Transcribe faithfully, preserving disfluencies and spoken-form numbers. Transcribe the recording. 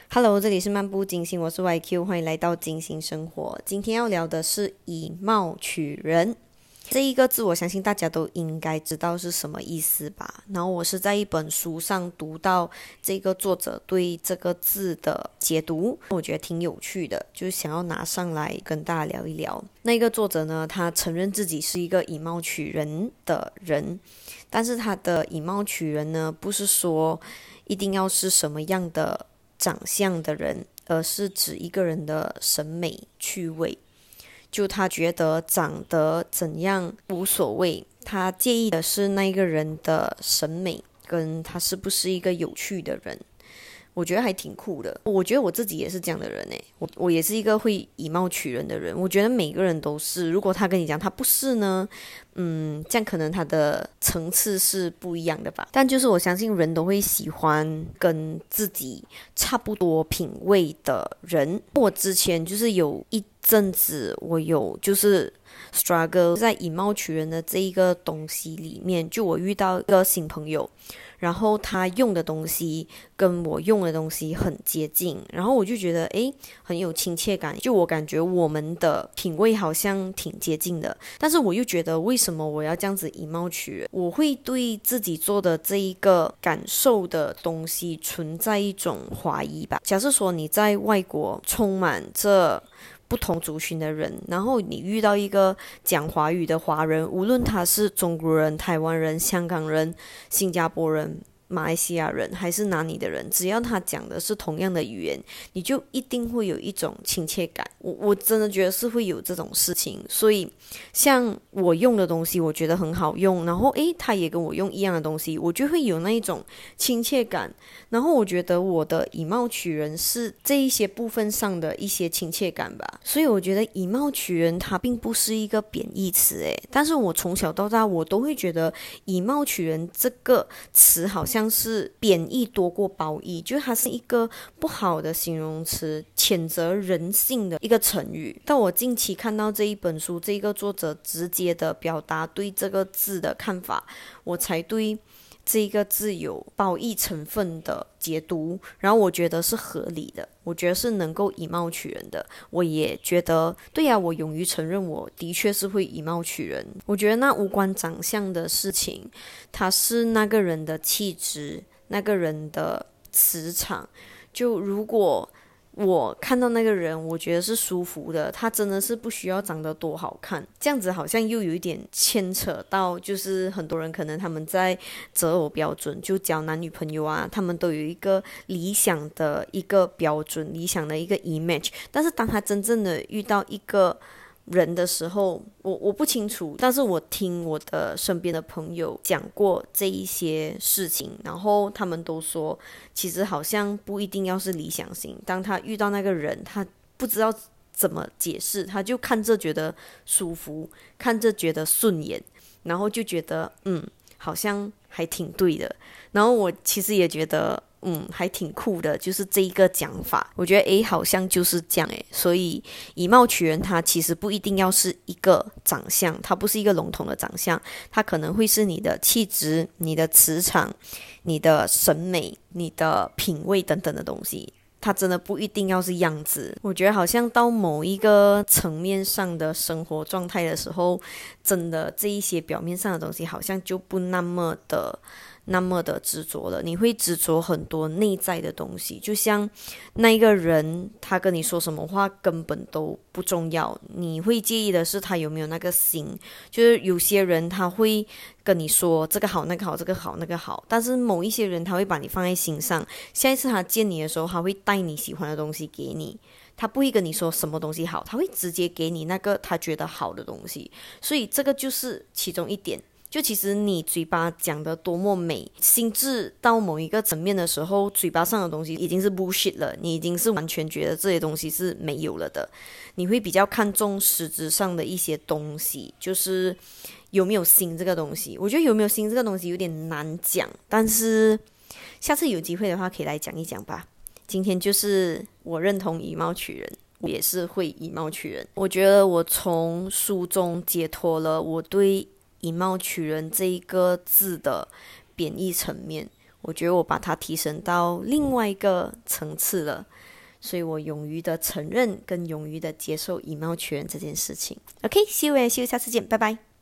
Hello，这里是漫步金星，我是 Y Q， 欢迎来到金星生活。今天要聊的是以貌取人。这一个字我相信大家都应该知道是什么意思吧。然后我是在一本书上读到这个作者对这个字的解读，我觉得挺有趣的，就想要拿上来跟大家聊一聊。那个作者呢，他承认自己是一个以貌取人的人，但是他的以貌取人呢，不是说一定要是什么样的长相的人，而是指一个人的审美趣味。就他觉得长得怎样无所谓，他介意的是那个人的审美，跟他是不是一个有趣的人。我觉得还挺酷的。我觉得我自己也是这样的人诶，我我也是一个会以貌取人的人。我觉得每个人都是，如果他跟你讲他不是呢，嗯，这样可能他的层次是不一样的吧。但就是我相信人都会喜欢跟自己差不多品味的人。我之前就是有一阵子，我有就是 struggle 在以貌取人的这一个东西里面，就我遇到一个新朋友。然后他用的东西跟我用的东西很接近，然后我就觉得诶很有亲切感，就我感觉我们的品味好像挺接近的，但是我又觉得为什么我要这样子以貌取人？我会对自己做的这一个感受的东西存在一种怀疑吧。假设说你在外国充满着不同族群的人，然后你遇到一个讲华语的华人，无论他是中国人、台湾人、香港人、新加坡人、马来西亚人还是哪里的人，只要他讲的是同样的语言，你就一定会有一种亲切感。我我真的觉得是会有这种事情，所以像我用的东西我觉得很好用，然后诶他也跟我用一样的东西，我就会有那一种亲切感。然后我觉得我的以貌取人是这一些部分上的一些亲切感吧。所以我觉得以貌取人它并不是一个贬义词诶，但是我从小到大我都会觉得以貌取人这个词好像是贬义多过褒义，就是它是一个不好的形容词，谴责人性的一个成语。但我近期看到这一本书，这个作者直接的表达对这个字的看法，我才对这个字有褒义成分的解读，然后我觉得是合理的，我觉得是能够以貌取人的。我也觉得对呀、啊，我勇于承认我的确是会以貌取人。我觉得那无关长相的事情，它是那个人的气质，那个人的磁场。就如果我看到那个人我觉得是舒服的，他真的是不需要长得多好看，这样子好像又有一点牵扯到，就是很多人可能他们在择偶标准，就交男女朋友啊，他们都有一个理想的一个标准，理想的一个 image， 但是当他真正的遇到一个人的时候，我我不清楚，但是我听我的身边的朋友讲过这一些事情，然后他们都说，其实好像不一定要是理想型，当他遇到那个人，他不知道怎么解释，他就看着觉得舒服，看着觉得顺眼，然后就觉得嗯，好像还挺对的。然后我其实也觉得嗯，还挺酷的，就是这一个讲法，我觉得诶，好像就是这样诶。所以以貌取人，它其实不一定要是一个长相，它不是一个笼统的长相，它可能会是你的气质、你的磁场、你的审美、你的品味等等的东西。它真的不一定要是样子，我觉得好像到某一个层面上的生活状态的时候，真的这一些表面上的东西好像就不那么的那么的执着了，你会执着很多内在的东西，就像那一个人他跟你说什么话根本都不重要，你会介意的是他有没有那个心。就是有些人他会跟你说这个好那个好这个好那个好，但是某一些人他会把你放在心上，下一次他见你的时候他会带你喜欢的东西给你，他不会跟你说什么东西好，他会直接给你那个他觉得好的东西。所以这个就是其中一点，就其实你嘴巴讲得多么美，心智到某一个层面的时候，嘴巴上的东西已经是 bullshit 了，你已经是完全觉得这些东西是没有了的。你会比较看重实质上的一些东西，就是有没有心这个东西。我觉得有没有心这个东西有点难讲，但是下次有机会的话可以来讲一讲吧。今天就是我认同以貌取人，我也是会以貌取人。我觉得我从书中解脱了我对以貌取人这一个字的贬义层面， 我觉得我把它提升到另外一个层次了，所以我勇于的承认跟勇于的接受以貌取人这件事情。 OK， see you and see you， 下次见，拜拜。